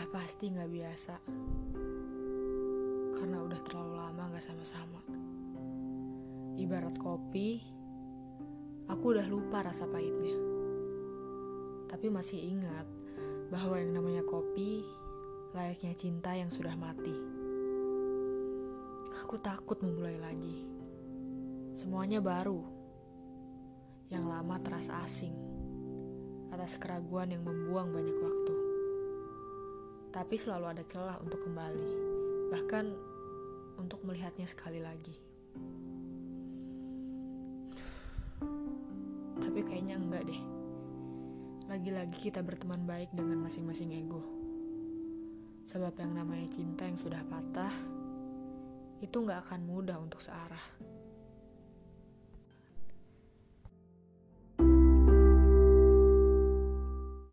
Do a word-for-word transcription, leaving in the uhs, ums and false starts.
Udah pasti gak biasa, karena udah terlalu lama gak sama-sama. Ibarat kopi, aku udah lupa rasa pahitnya. Tapi masih ingat bahwa yang namanya kopi layaknya cinta yang sudah mati. Aku takut memulai lagi. Semuanya baru. Yang lama terasa asing atas keraguan yang membuang banyak waktu. Tapi selalu ada celah untuk kembali, bahkan untuk melihatnya sekali lagi. Tapi kayaknya enggak deh. Lagi-lagi kita berteman baik dengan masing-masing ego. Sebab yang namanya cinta yang sudah patah, itu gak akan mudah untuk searah.